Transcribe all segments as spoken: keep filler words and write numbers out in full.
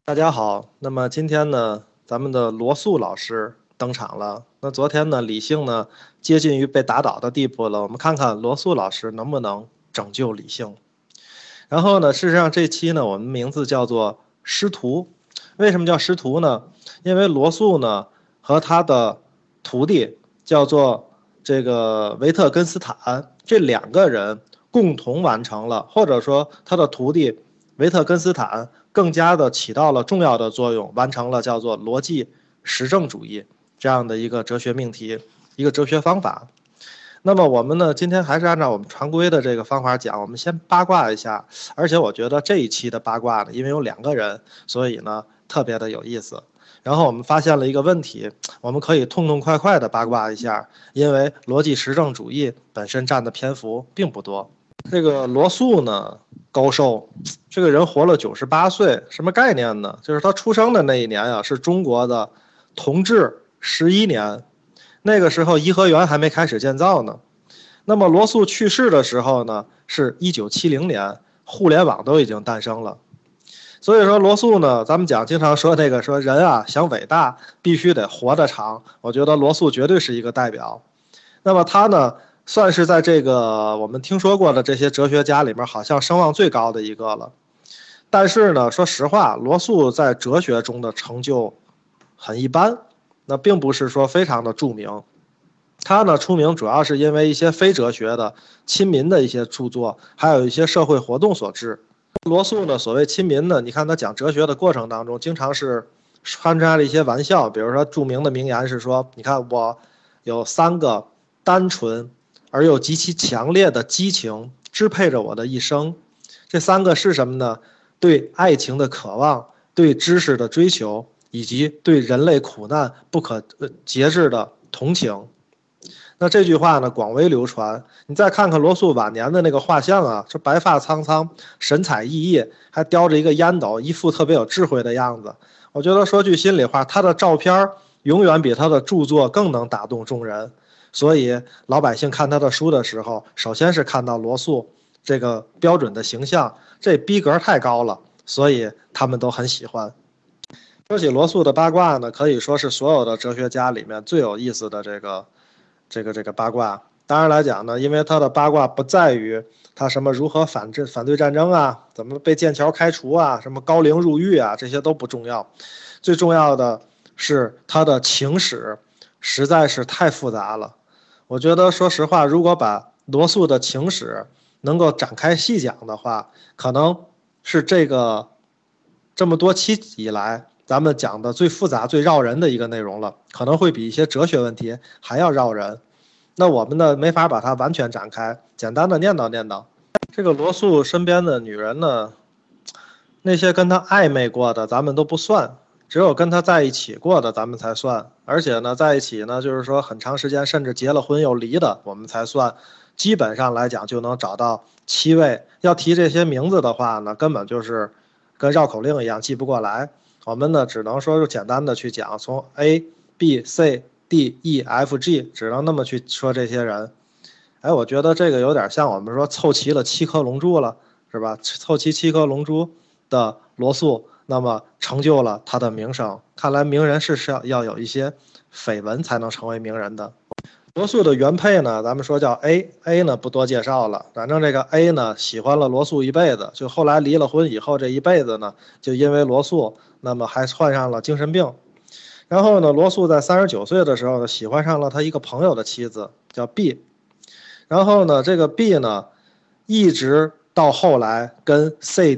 大家好，那么今天呢，咱们的罗素老师登场了。那昨天呢，理性呢接近于被打倒的地步了。我们看看罗素老师能不能拯救理性。然后呢，事实上这期呢，我们名字叫做师徒。为什么叫师徒呢？因为罗素呢和他的徒弟叫做这个维特根斯坦，这两个人共同完成了，或者说他的徒弟维特根斯坦更加的起到了重要的作用，完成了叫做逻辑实证主义这样的一个哲学命题，一个哲学方法。那么我们呢，今天还是按照我们常规的这个方法讲，我们先八卦一下。而且我觉得这一期的八卦呢，因为有两个人，所以呢特别的有意思。然后我们发现了一个问题，我们可以痛痛快快的八卦一下，因为逻辑实证主义本身占的篇幅并不多。这个罗素呢，高寿，这个人活了九十八岁，什么概念呢？就是他出生的那一年啊，是中国的同治十一年，那个时候颐和园还没开始建造呢。那么罗素去世的时候呢，是一九七零年，互联网都已经诞生了。所以说罗素呢，咱们讲经常说那个说人啊想伟大必须得活得长，我觉得罗素绝对是一个代表。那么他呢，算是在这个我们听说过的这些哲学家里面，好像声望最高的一个了。但是呢，说实话，罗素在哲学中的成就很一般，那并不是说非常的著名。他呢出名主要是因为一些非哲学的亲民的一些著作，还有一些社会活动所致。罗素呢，所谓亲民呢，你看他讲哲学的过程当中，经常是穿插了一些玩笑，比如说著名的名言是说，你看我有三个单纯而又极其强烈的激情支配着我的一生，这三个是什么呢？对爱情的渴望，对知识的追求，以及对人类苦难不可节制的同情。那这句话呢，广为流传。你再看看罗素晚年的那个画像啊，这白发苍苍，神采奕奕，还叼着一个烟斗，一副特别有智慧的样子。我觉得说句心里话，他的照片永远比他的著作更能打动众人。所以老百姓看他的书的时候，首先是看到罗素这个标准的形象，这逼格太高了，所以他们都很喜欢。说起罗素的八卦呢，可以说是所有的哲学家里面最有意思的这个。这个这个八卦，当然来讲呢，因为他的八卦不在于他什么如何反战反对战争啊，怎么被剑桥开除啊，什么高龄入狱啊，这些都不重要。最重要的是他的情史实在是太复杂了。我觉得说实话，如果把罗素的情史能够展开细讲的话，可能是这个这么多期以来咱们讲的最复杂最绕人的一个内容了，可能会比一些哲学问题还要绕人。那我们呢没法把它完全展开，简单的念叨念叨。这个罗素身边的女人呢，那些跟他暧昧过的咱们都不算，只有跟他在一起过的咱们才算。而且呢，在一起呢，就是说很长时间，甚至结了婚又离的，我们才算。基本上来讲就能找到七位。要提这些名字的话呢，根本就是跟绕口令一样记不过来。我们呢只能说简单的去讲，从 A B C D E F G 只能那么去说这些人。哎，我觉得这个有点像我们说凑齐了七颗龙珠了，是吧？凑齐七颗龙珠的罗素，那么成就了他的名声。看来名人是是要要有一些绯闻才能成为名人的。罗素的原配呢，咱们说叫 A，A 呢不多介绍了，反正这个 A 呢喜欢了罗素一辈子，就后来离了婚以后，这一辈子呢就因为罗素，那么还患上了精神病。然后呢，罗素在三十九岁的时候呢，喜欢上了他一个朋友的妻子，叫 B。然后呢，这个 B 呢，一直到后来跟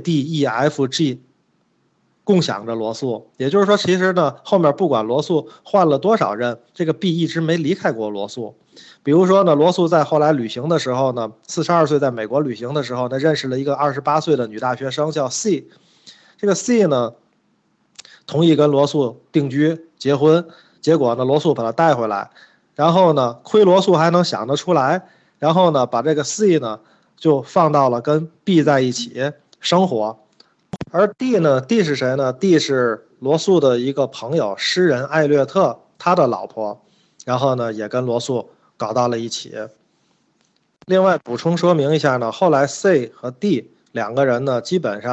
C、D、E、F、G 共享着罗素，也就是说，其实呢，后面不管罗素换了多少任，这个 B 一直没离开过罗素。比如说呢，罗素在后来旅行的时候呢，四十二岁在美国旅行的时候呢，认识了一个二十八岁的女大学生，叫 C。这个 C 呢，同意跟罗素定居结婚，结果呢，罗素把他带回来，然后呢，亏罗素还能想得出来，然后呢，把这个 C 呢就放到了跟 B 在一起生活。而 D 呢 ，D 是谁呢 ？D 是罗素的一个朋友，诗人艾略特，他的老婆，然后呢，也跟罗素搞到了一起。另外补充说明一下呢，后来 C 和 D 两个人呢，基本上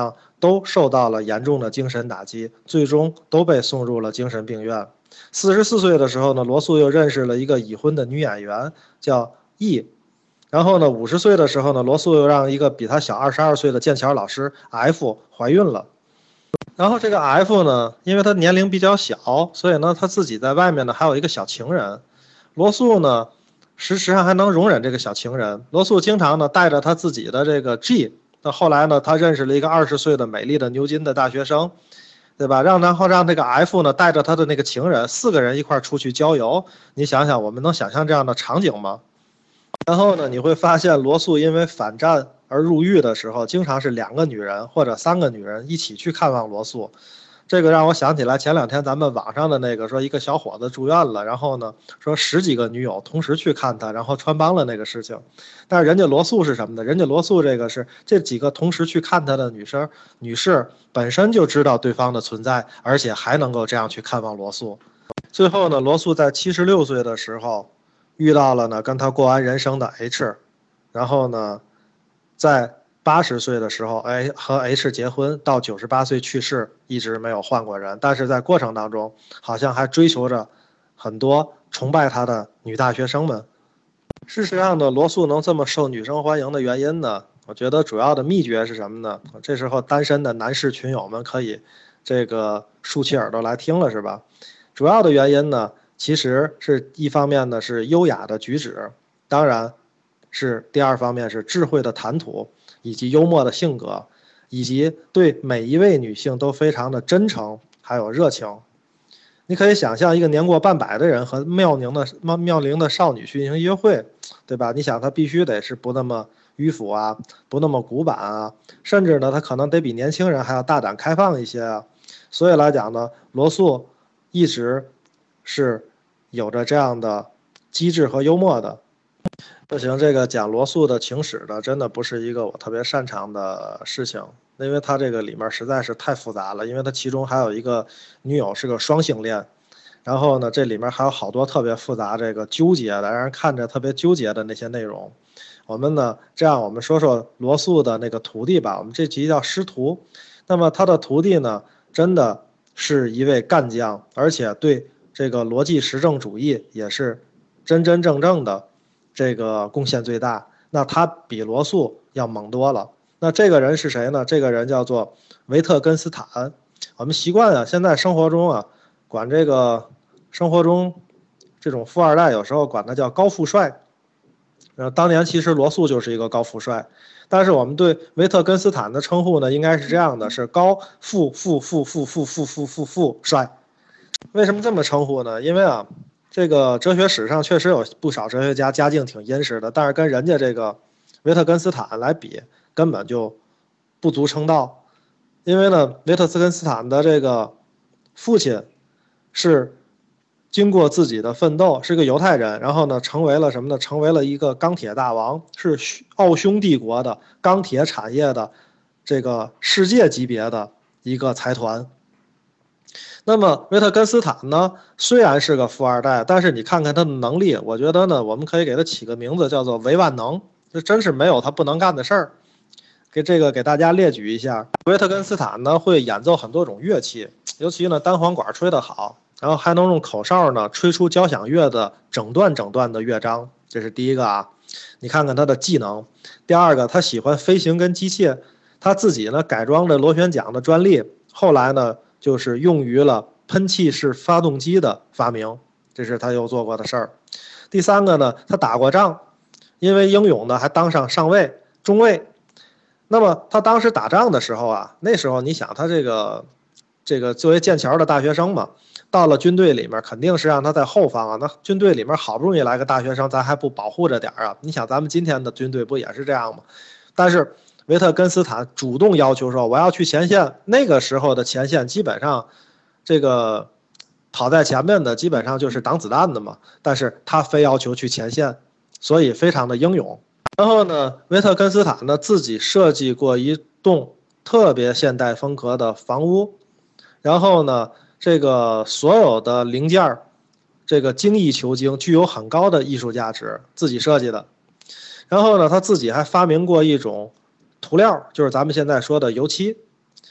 都受到了严重的精神打击，最终都被送入了精神病院。四十四岁的时候呢，罗素又认识了一个已婚的女演员，叫 E。然后呢，五十岁的时候呢，罗素又让一个比他小二十二岁的剑桥老师 F 怀孕了。然后这个 F 呢，因为他年龄比较小，所以呢，他自己在外面呢还有一个小情人。罗素呢，事实上还能容忍这个小情人。罗素经常呢带着他自己的这个 G， 那后来呢，他认识了一个二十岁的美丽的牛津的大学生，对吧？让然后让这个 F 呢带着他的那个情人，四个人一块出去郊游。你想想，我们能想象这样的场景吗？然后呢，你会发现罗素因为反战而入狱的时候，经常是两个女人或者三个女人一起去看望罗素。这个让我想起来前两天咱们网上的那个说一个小伙子住院了，然后呢说十几个女友同时去看他，然后穿帮了那个事情。但是人家罗素是什么呢？人家罗素这个是这几个同时去看他的女生女士本身就知道对方的存在，而且还能够这样去看望罗素。最后呢，罗素在七十六岁的时候遇到了呢跟他过完人生的 H， 然后呢在八十岁的时候，哎，和 H 结婚，到九十八岁去世，一直没有换过人。但是在过程当中，好像还追求着很多崇拜他的女大学生们。事实上呢，罗素能这么受女生欢迎的原因呢，我觉得主要的秘诀是什么呢？这时候单身的男士群友们可以这个竖起耳朵来听了，是吧？主要的原因呢，其实是一方面呢是优雅的举止，当然是第二方面是智慧的谈吐，以及幽默的性格，以及对每一位女性都非常的真诚还有热情。你可以想象一个年过半百的人和妙龄的妙龄的少女去进行约会，对吧？你想他必须得是不那么迂腐啊，不那么古板啊，甚至呢他可能得比年轻人还要大胆开放一些啊。所以来讲呢，罗素一直是有着这样的机智和幽默的。不行，这个讲罗素的情史的真的不是一个我特别擅长的事情，因为他这个里面实在是太复杂了，因为他其中还有一个女友是个双性恋，然后呢这里面还有好多特别复杂这个纠结的，让人看着特别纠结的那些内容。我们呢这样我们说说罗素的那个徒弟吧，我们这集叫师徒。那么他的徒弟呢真的是一位干将，而且对这个逻辑实证主义也是真真正正的这个贡献最大，那他比罗素要猛多了。那这个人是谁呢？这个人叫做维特根斯坦。我们习惯啊，现在生活中啊，管这个生活中这种富二代有时候管他叫高富帅。呃，当年其实罗素就是一个高富帅，但是我们对维特根斯坦的称呼呢，应该是这样的：是高富富富富富富富富富帅。为什么这么称呼呢？因为啊。这个哲学史上确实有不少哲学家家境挺殷实的，但是跟人家这个维特根斯坦来比，根本就不足称道。因为呢，维特根斯坦的这个父亲是经过自己的奋斗，是个犹太人，然后呢，成为了什么呢？成为了一个钢铁大王，是奥匈帝国的钢铁产业的这个世界级别的一个财团。那么维特根斯坦呢，虽然是个富二代，但是你看看他的能力，我觉得呢，我们可以给他起个名字叫做维万能，这真是没有他不能干的事儿。给这个给大家列举一下，维特根斯坦呢会演奏很多种乐器，尤其呢单簧管吹得好，然后还能用口哨呢吹出交响乐的整段整段的乐章，这是第一个啊。你看看他的技能。第二个，他喜欢飞行跟机械，他自己呢改装了螺旋桨的专利，后来呢。就是用于了喷气式发动机的发明，这是他又做过的事儿。第三个呢，他打过仗，因为英勇呢还当上上尉、中尉。那么他当时打仗的时候啊，那时候你想他这个这个作为剑桥的大学生嘛，到了军队里面肯定是让他在后方啊。那军队里面好不容易来个大学生，咱还不保护着点啊？你想咱们今天的军队不也是这样吗？但是维特根斯坦主动要求说我要去前线，那个时候的前线基本上这个跑在前面的基本上就是挡子弹的嘛，但是他非要求去前线，所以非常的英勇。然后呢，维特根斯坦呢自己设计过一栋特别现代风格的房屋，然后呢这个所有的零件这个精益求精，具有很高的艺术价值，自己设计的。然后呢他自己还发明过一种涂料，就是咱们现在说的油漆。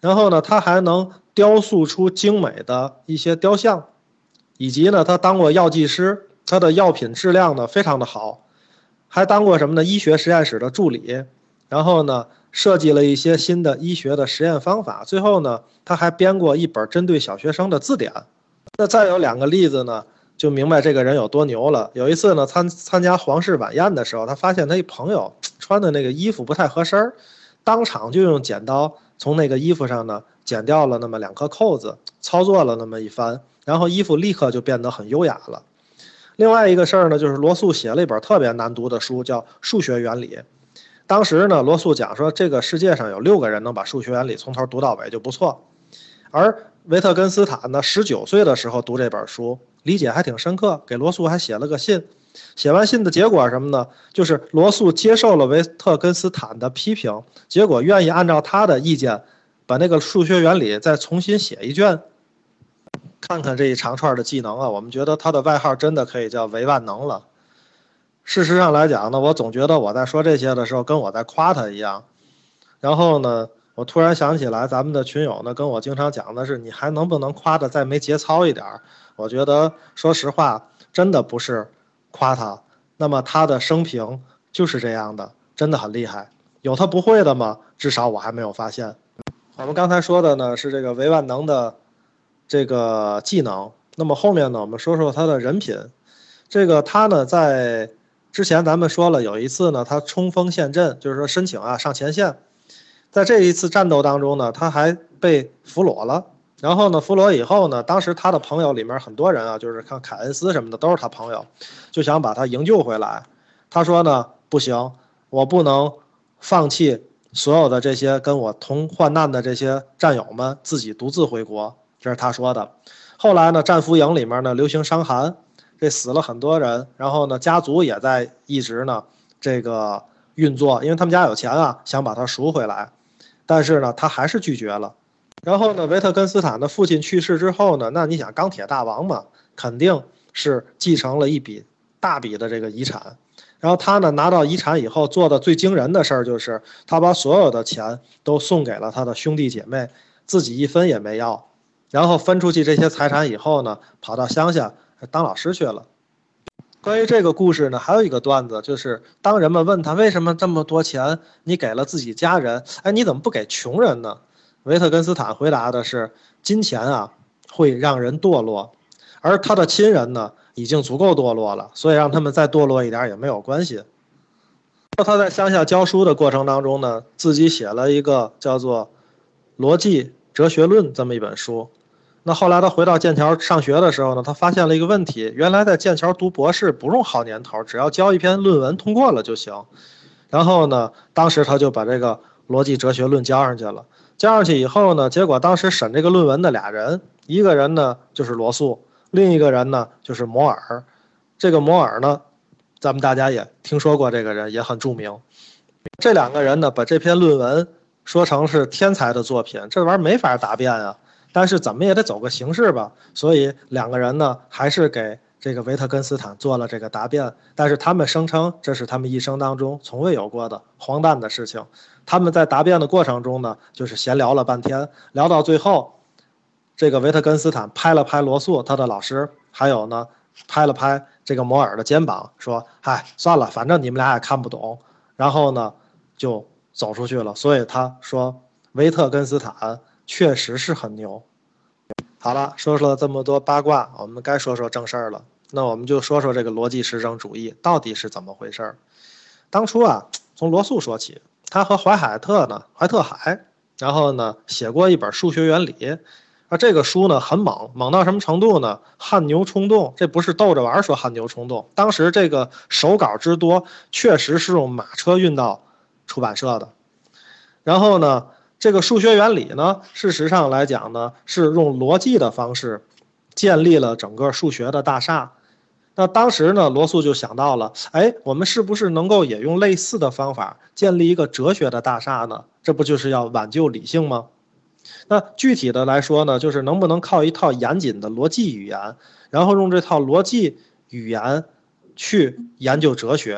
然后呢，他还能雕塑出精美的一些雕像，以及呢，他当过药剂师，他的药品质量呢非常的好，还当过什么呢？医学实验室的助理，然后呢，设计了一些新的医学的实验方法，最后呢，他还编过一本针对小学生的字典。那再有两个例子呢，就明白这个人有多牛了。有一次呢，参参加皇室晚宴的时候，他发现他一朋友穿的那个衣服不太合身，当场就用剪刀从那个衣服上呢剪掉了那么两颗扣子，操作了那么一番，然后衣服立刻就变得很优雅了。另外一个事儿呢，就是罗素写了一本特别难读的书，叫《数学原理》。当时呢，罗素讲说，这个世界上有六个人能把数学原理从头读到尾就不错。而维特根斯坦呢，十九岁的时候读这本书，理解还挺深刻，给罗素还写了个信。写完信的结果什么呢？就是罗素接受了维特根斯坦的批评，结果愿意按照他的意见，把那个数学原理再重新写一卷。看看这一长串的技能啊，我们觉得他的外号真的可以叫维万能了。事实上来讲呢，我总觉得我在说这些的时候，跟我在夸他一样。然后呢，我突然想起来，咱们的群友呢跟我经常讲的是，你还能不能夸的再没节操一点？我觉得说实话，真的不是夸他。那么他的生平就是这样的，真的很厉害。有他不会的吗？至少我还没有发现。我们刚才说的呢是这个维万能的这个技能，那么后面呢，我们说说他的人品。这个他呢，在之前咱们说了，有一次呢，他冲锋陷阵，就是说申请啊上前线。在这一次战斗当中呢，他还被俘虏了。然后呢，俘虏以后呢，当时他的朋友里面很多人啊，就是看凯恩斯什么的都是他朋友，就想把他营救回来。他说呢，不行，我不能放弃所有的这些跟我同患难的这些战友们，自己独自回国。这是他说的。后来呢，战俘营里面呢流行伤寒，这死了很多人，然后呢，家族也在一直呢这个运作，因为他们家有钱啊，想把他赎回来，但是呢，他还是拒绝了。然后呢，维特根斯坦的父亲去世之后呢，那你想钢铁大王嘛，肯定是继承了一笔大笔的这个遗产。然后他呢拿到遗产以后做的最惊人的事儿就是，他把所有的钱都送给了他的兄弟姐妹，自己一分也没要。然后分出去这些财产以后呢，跑到乡下当老师去了。关于这个故事呢，还有一个段子，就是当人们问他为什么这么多钱你给了自己家人，哎，你怎么不给穷人呢？维特根斯坦回答的是，金钱啊会让人堕落，而他的亲人呢已经足够堕落了，所以让他们再堕落一点也没有关系。他在乡下教书的过程当中呢，自己写了一个叫做《逻辑哲学论》这么一本书。那后来他回到剑桥上学的时候呢，他发现了一个问题，原来在剑桥读博士不用好年头，只要交一篇论文通过了就行。然后呢，当时他就把这个逻辑哲学论交上去了。交上去以后呢，结果当时审这个论文的俩人，一个人呢就是罗素，另一个人呢就是摩尔。这个摩尔呢，咱们大家也听说过，这个人也很著名。这两个人呢，把这篇论文说成是天才的作品，这玩意儿没法答辩啊。但是怎么也得走个形式吧，所以两个人呢还是给这个维特根斯坦做了这个答辩，但是他们声称这是他们一生当中从未有过的荒诞的事情。他们在答辩的过程中呢，就是闲聊了半天，聊到最后，这个维特根斯坦拍了拍罗素他的老师，还有呢拍了拍这个摩尔的肩膀，说：“嗨，算了，反正你们俩也看不懂。”然后呢就走出去了。所以他说维特根斯坦确实是很牛。好了，说说了这么多八卦，我们该说说正事儿了。那我们就说说这个逻辑实证主义到底是怎么回事儿。当初啊，从罗素说起，他和怀海特呢，怀特海，然后呢写过一本数学原理。而这个书呢很猛，猛到什么程度呢？汗牛充栋，这不是逗着玩说汗牛充栋。当时这个手稿之多，确实是用马车运到出版社的。然后呢，这个数学原理呢，事实上来讲呢，是用逻辑的方式建立了整个数学的大厦。那当时呢，罗素就想到了，哎，我们是不是能够也用类似的方法建立一个哲学的大厦呢？这不就是要挽救理性吗？那具体的来说呢，就是能不能靠一套严谨的逻辑语言，然后用这套逻辑语言去研究哲学。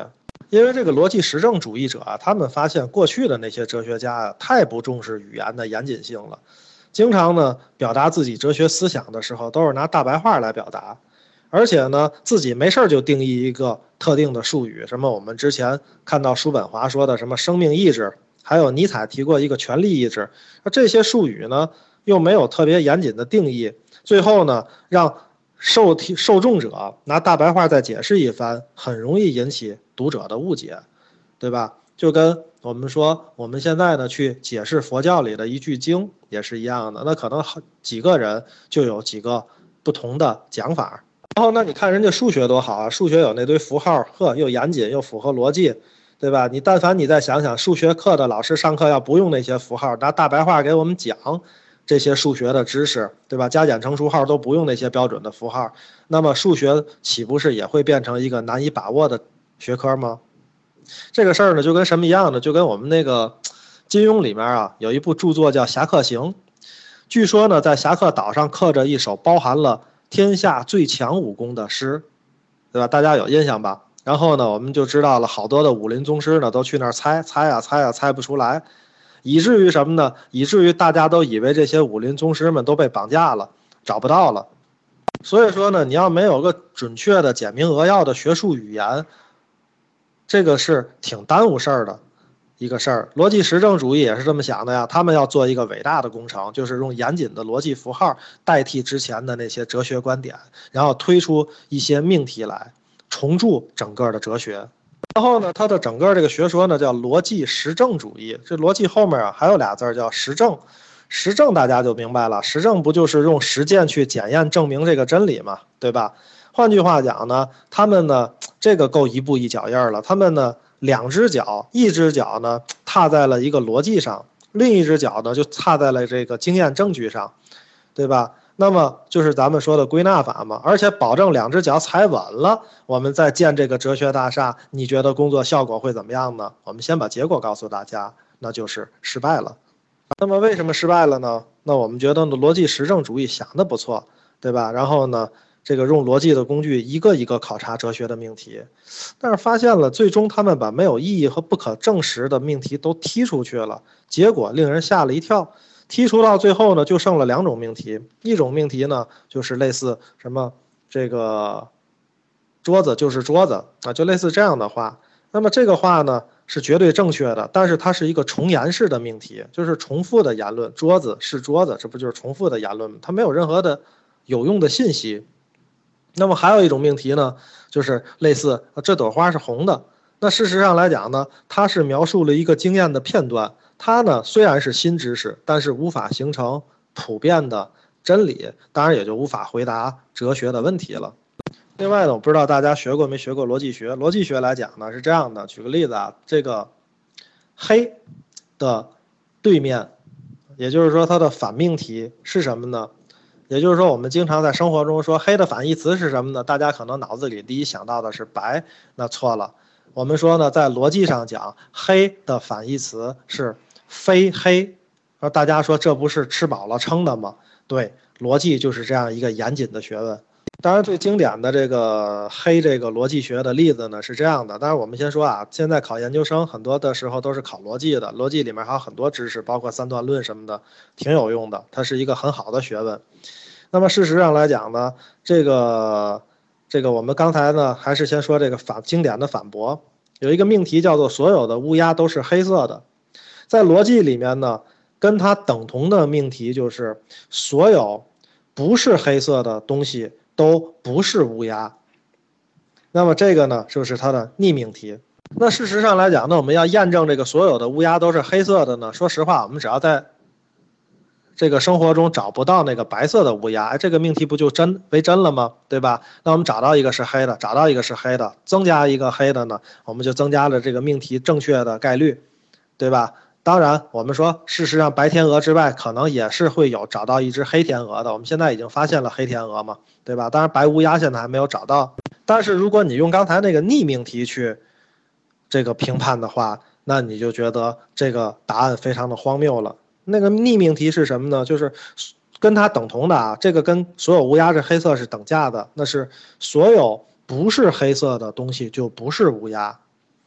因为这个逻辑实证主义者啊，他们发现过去的那些哲学家啊，太不重视语言的严谨性了，经常呢表达自己哲学思想的时候，都是拿大白话来表达，而且呢自己没事就定义一个特定的术语，什么我们之前看到叔本华说的什么生命意志，还有尼采提过一个权力意志，那这些术语呢又没有特别严谨的定义，最后呢让受听受众者拿大白话再解释一番，很容易引起读者的误解，对吧？就跟我们说我们现在呢去解释佛教里的一句经也是一样的，那可能几个人就有几个不同的讲法。然后那你看人家数学多好啊，数学有那堆符号，呵，又严谨又符合逻辑，对吧？你但凡你再想想，数学课的老师上课要不用那些符号，拿大白话给我们讲这些数学的知识，对吧？加减乘除号都不用那些标准的符号，那么数学岂不是也会变成一个难以把握的学科吗？这个事儿呢，就跟什么一样呢？就跟我们那个金庸里面啊，有一部著作叫《侠客行》，据说呢，在侠客岛上刻着一首包含了天下最强武功的诗，对吧？大家有印象吧？然后呢，我们就知道了，好多的武林宗师呢，都去那儿猜猜啊猜啊猜不出来。以至于什么呢？以至于大家都以为这些武林宗师们都被绑架了，找不到了。所以说呢，你要没有个准确的简明扼要的学术语言，这个是挺耽误事儿的一个事儿。逻辑实证主义也是这么想的呀，他们要做一个伟大的工程，就是用严谨的逻辑符号代替之前的那些哲学观点，然后推出一些命题来，重铸整个的哲学。然后呢，它的整个这个学说呢叫逻辑实证主义。这逻辑后面啊还有俩字叫实证，实证大家就明白了，实证不就是用实践去检验证明这个真理嘛，对吧？换句话讲呢，他们呢这个够一步一脚印了，他们呢两只脚，一只脚呢踏在了一个逻辑上，另一只脚呢就踏在了这个经验证据上，对吧？那么就是咱们说的归纳法嘛，而且保证两只脚踩稳了，我们再建这个哲学大厦，你觉得工作效果会怎么样呢？我们先把结果告诉大家，那就是失败了。那么为什么失败了呢？那我们觉得呢，逻辑实证主义想的不错，对吧？然后呢，这个用逻辑的工具一个一个考察哲学的命题，但是发现了，最终他们把没有意义和不可证实的命题都踢出去了，结果令人吓了一跳。剔除到最后呢，就剩了两种命题，一种命题呢就是类似什么这个桌子就是桌子啊，就类似这样的话。那么这个话呢是绝对正确的，但是它是一个重言式的命题，就是重复的言论，桌子是桌子，这不就是重复的言论吗？它没有任何的有用的信息。那么还有一种命题呢，就是类似这朵花是红的。那事实上来讲呢，它是描述了一个经验的片段，它呢虽然是新知识，但是无法形成普遍的真理，当然也就无法回答哲学的问题了。另外呢，我不知道大家学过没学过逻辑学。逻辑学来讲呢是这样的，举个例子啊，这个黑的对面，也就是说它的反命题是什么呢？也就是说我们经常在生活中说黑的反义词是什么呢？大家可能脑子里第一想到的是白，那错了。我们说呢，在逻辑上讲，黑的反义词是非黑，而大家说这不是吃饱了撑的吗？对，逻辑就是这样一个严谨的学问。当然，最经典的这个黑这个逻辑学的例子呢是这样的。当然，我们先说啊，现在考研究生很多的时候都是考逻辑的，逻辑里面还有很多知识，包括三段论什么的，挺有用的。它是一个很好的学问。那么事实上来讲呢，这个这个我们刚才呢还是先说这个反经典的反驳，有一个命题叫做所有的乌鸦都是黑色的，在逻辑里面呢，跟它等同的命题就是所有不是黑色的东西都不是乌鸦。那么这个呢就是它的逆命题。那事实上来讲呢，我们要验证这个所有的乌鸦都是黑色的呢，说实话，我们只要在这个生活中找不到那个白色的乌鸦，哎，这个命题不就真为真了吗？对吧？那我们找到一个是黑的，找到一个是黑的，增加一个黑的呢，我们就增加了这个命题正确的概率，对吧？当然，我们说事实上白天鹅之外，可能也是会有找到一只黑天鹅的。我们现在已经发现了黑天鹅嘛，对吧？当然白乌鸦现在还没有找到。但是如果你用刚才那个逆命题去这个评判的话，那你就觉得这个答案非常的荒谬了。那个逆命题是什么呢？就是跟它等同的啊，这个跟所有乌鸦是黑色是等价的，那是所有不是黑色的东西就不是乌鸦。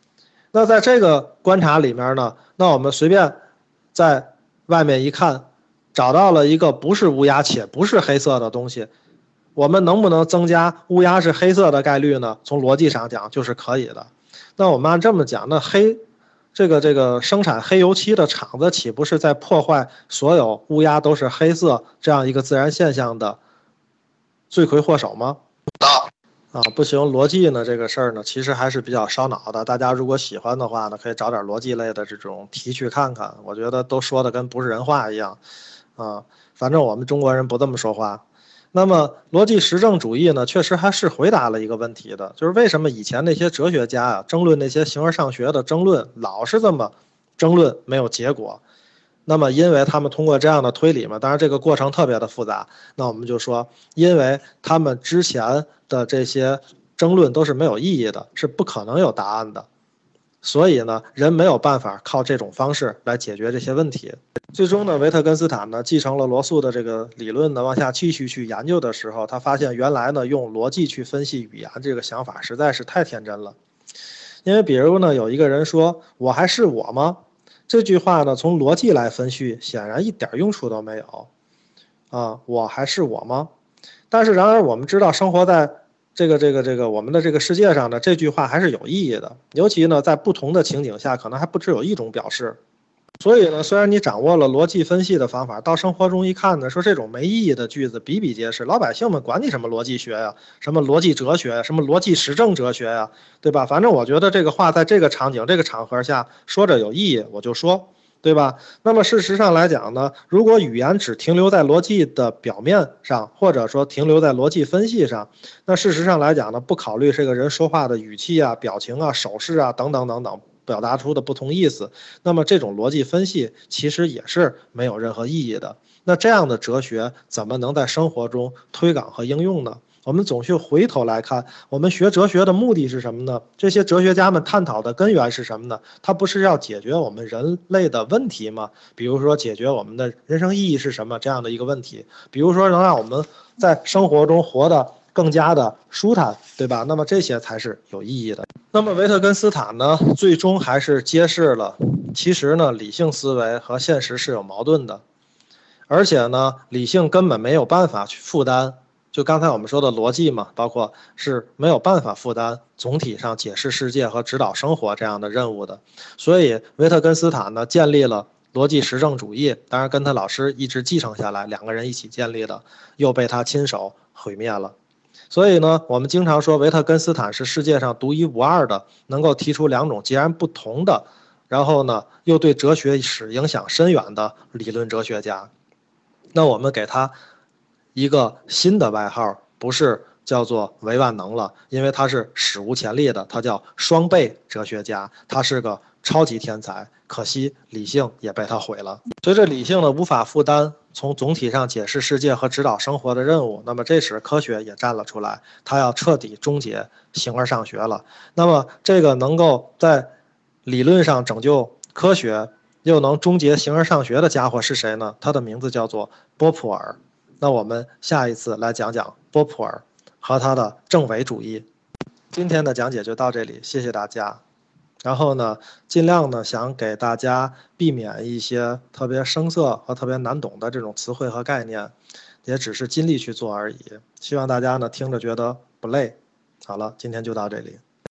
那在这个观察里面呢，那我们随便在外面一看，找到了一个不是乌鸦且不是黑色的东西，我们能不能增加乌鸦是黑色的概率呢？从逻辑上讲就是可以的。那我们按这么讲，那黑这个这个生产黑油漆的厂子岂不是在破坏所有乌鸦都是黑色这样一个自然现象的罪魁祸首吗？啊，不行，逻辑呢这个事儿呢，其实还是比较烧脑的。大家如果喜欢的话呢，可以找点逻辑类的这种题去看看。我觉得都说的跟不是人话一样，啊，反正我们中国人不这么说话。那么逻辑实证主义呢，确实还是回答了一个问题的，就是为什么以前那些哲学家啊争论那些形而上学的争论，老是这么争论没有结果。那么因为他们通过这样的推理嘛，当然这个过程特别的复杂，那我们就说，因为他们之前的这些争论都是没有意义的，是不可能有答案的，所以呢，人没有办法靠这种方式来解决这些问题。最终呢，维特根斯坦呢继承了罗素的这个理论呢，往下继续去研究的时候，他发现原来呢用逻辑去分析语言这个想法实在是太天真了。因为比如呢，有一个人说我还是我吗？这句话呢，从逻辑来分析，显然一点用处都没有。啊，我还是我吗？但是然而我们知道，生活在这个这个这个我们的这个世界上呢，这句话还是有意义的。尤其呢，在不同的情景下，可能还不只有一种表示。所以呢，虽然你掌握了逻辑分析的方法，到生活中一看呢，说这种没意义的句子比比皆是。老百姓们管你什么逻辑学呀，什么逻辑哲学呀，什么逻辑实证哲学呀，对吧？反正我觉得这个话在这个场景、这个场合下说着有意义，我就说，对吧？那么事实上来讲呢，如果语言只停留在逻辑的表面上，或者说停留在逻辑分析上，那事实上来讲呢，不考虑这个人说话的语气啊、表情啊、手势啊等等等等。表达出的不同意思，那么这种逻辑分析其实也是没有任何意义的。那这样的哲学怎么能在生活中推广和应用呢？我们总去回头来看，我们学哲学的目的是什么呢？这些哲学家们探讨的根源是什么呢？它不是要解决我们人类的问题吗？比如说解决我们的人生意义是什么这样的一个问题，比如说能让我们在生活中活得更加的舒坦，对吧？那么这些才是有意义的。那么维特根斯坦呢，最终还是揭示了，其实呢，理性思维和现实是有矛盾的，而且呢，理性根本没有办法去负担，就刚才我们说的逻辑嘛，包括是没有办法负担总体上解释世界和指导生活这样的任务的。所以维特根斯坦呢，建立了逻辑实证主义，当然跟他老师一直继承下来，两个人一起建立的，又被他亲手毁灭了。所以呢，我们经常说维特根斯坦是世界上独一无二的，能够提出两种截然不同的，然后呢，又对哲学史影响深远的理论哲学家。那我们给他一个新的外号，不是叫做维万能了，因为他是史无前例的，他叫双倍哲学家，他是个超级天才，可惜理性也被他毁了。随着理性的无法负担从总体上解释世界和指导生活的任务，那么这时科学也站了出来，它要彻底终结形而上学了。那么这个能够在理论上拯救科学，又能终结形而上学的家伙是谁呢？他的名字叫做波普尔。那我们下一次来讲讲波普尔和他的证伪主义。今天的讲解就到这里，谢谢大家。然后呢，尽量呢想给大家避免一些特别生涩和特别难懂的这种词汇和概念，也只是尽力去做而已。希望大家呢听着觉得不累。好了，今天就到这里。